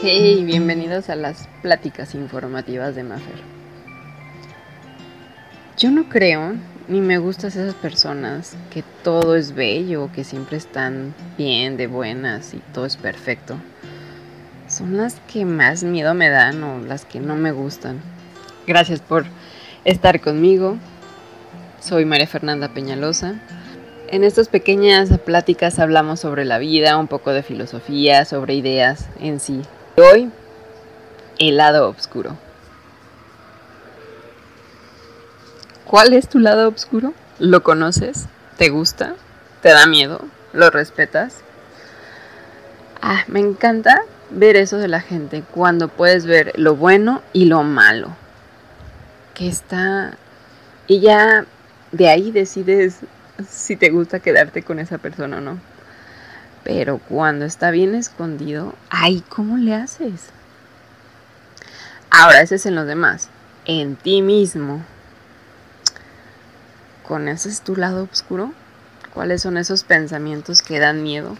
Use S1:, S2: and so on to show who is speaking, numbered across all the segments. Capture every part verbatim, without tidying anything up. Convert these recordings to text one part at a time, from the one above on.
S1: Hey, bienvenidos a las pláticas informativas de Mafer. Yo no creo, ni me gustan esas personas que todo es bello, que siempre están bien, de buenas y todo es perfecto. Son las que más miedo me dan o las que no me gustan. Gracias por estar conmigo. Soy María Fernanda Peñalosa. En estas pequeñas pláticas hablamos sobre la vida, un poco de filosofía, sobre ideas en sí. Hoy, el lado oscuro. ¿Cuál es tu lado oscuro? ¿Lo conoces? ¿Te gusta? ¿Te da miedo? ¿Lo respetas? Ah, me encanta ver eso de la gente, cuando puedes ver lo bueno y lo malo. Que está... Y ya de ahí decides si te gusta quedarte con esa persona o no. Pero cuando está bien escondido, ay, ¿cómo le haces? Ahora, ese es en los demás. En ti mismo. ¿Conoces tu lado oscuro? ¿Cuáles son esos pensamientos que dan miedo?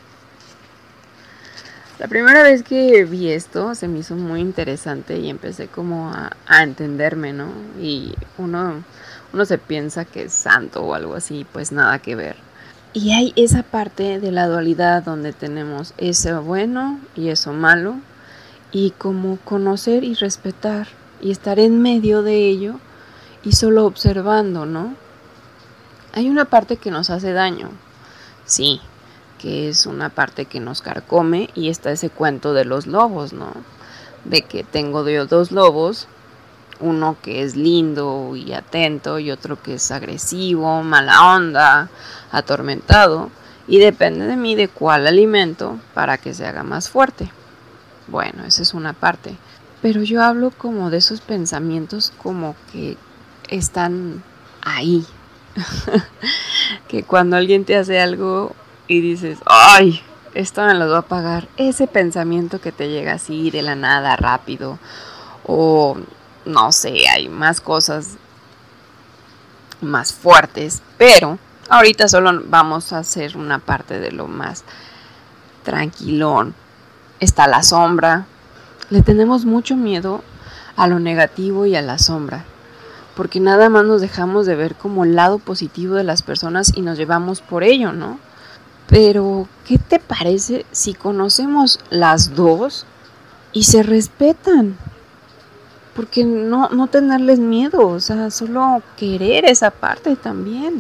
S1: La primera vez que vi esto se me hizo muy interesante y empecé como a, a entenderme, ¿no? Y uno, uno se piensa que es santo o algo así, pues nada que ver. Y hay esa parte de la dualidad donde tenemos eso bueno y eso malo, y como conocer y respetar y estar en medio de ello y solo observando, ¿no? Hay una parte que nos hace daño, sí, que es una parte que nos carcome, y está ese cuento de los lobos, ¿no? De que tengo dos lobos, uno que es lindo y atento y otro que es agresivo, mala onda, atormentado, y depende de mí de cuál alimento para que se haga más fuerte. Bueno, esa es una parte, pero yo hablo como de esos pensamientos como que están ahí. Que cuando alguien te hace algo y dices, ay, esto me lo va a pagar, ese pensamiento que te llega así de la nada, rápido, o no sé, hay más cosas más fuertes, pero ahorita solo vamos a hacer una parte de lo más tranquilón. Está la sombra. Le tenemos mucho miedo a lo negativo y a la sombra, porque nada más nos dejamos de ver como el lado positivo de las personas y nos llevamos por ello, ¿no? Pero, ¿qué te parece si conocemos las dos y se respetan? Porque no, no tenerles miedo, o sea, solo querer esa parte también.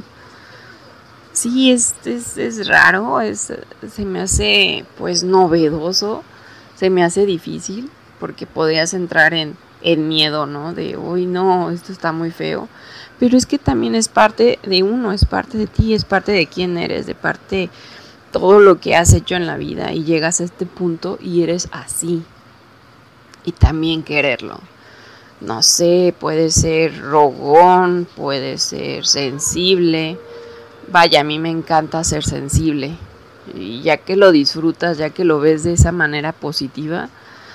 S1: Sí, es, es, es raro, es, se me hace pues novedoso, se me hace difícil, porque podrías entrar en el miedo, ¿no? De, uy, no, esto está muy feo. Pero es que también es parte de uno, es parte de ti, es parte de quién eres, de parte de todo lo que has hecho en la vida, y llegas a este punto y eres así. Y también quererlo. No sé, puede ser rogón, puede ser sensible. Vaya, a mí me encanta ser sensible. Y ya que lo disfrutas, ya que lo ves de esa manera positiva,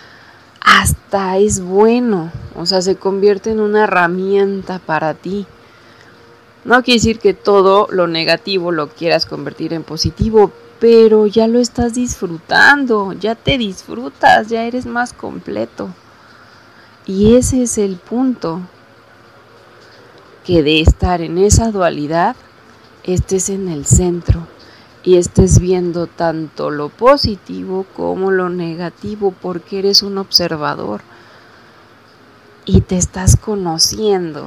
S1: hasta es bueno, o sea, se convierte en una herramienta para ti. No quiere decir que todo lo negativo lo quieras convertir en positivo, pero ya lo estás disfrutando, ya te disfrutas, ya eres más completo. Y ese es el punto, que de estar en esa dualidad, estés en el centro y estés viendo tanto lo positivo como lo negativo, porque eres un observador y te estás conociendo.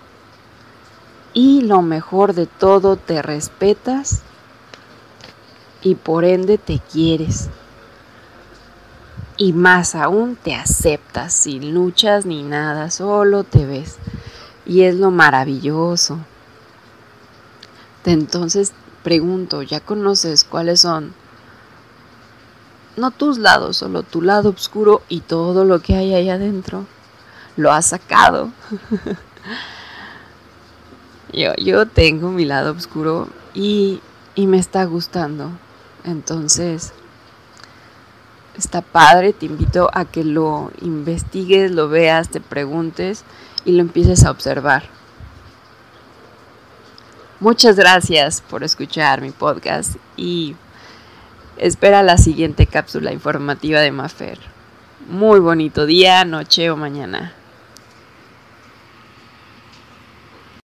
S1: Y lo mejor de todo, te respetas y por ende te quieres. Y más aún, te aceptas sin luchas ni nada, solo te ves. Y es lo maravilloso. Entonces pregunto, ¿ya conoces cuáles son? No tus lados, solo tu lado oscuro y todo lo que hay ahí adentro. Lo has sacado. yo, yo tengo mi lado oscuro y, y me está gustando. Entonces, está padre, te invito a que lo investigues, lo veas, te preguntes y lo empieces a observar. Muchas gracias por escuchar mi podcast y espera la siguiente cápsula informativa de Mafer. muy bonito día, noche o mañana.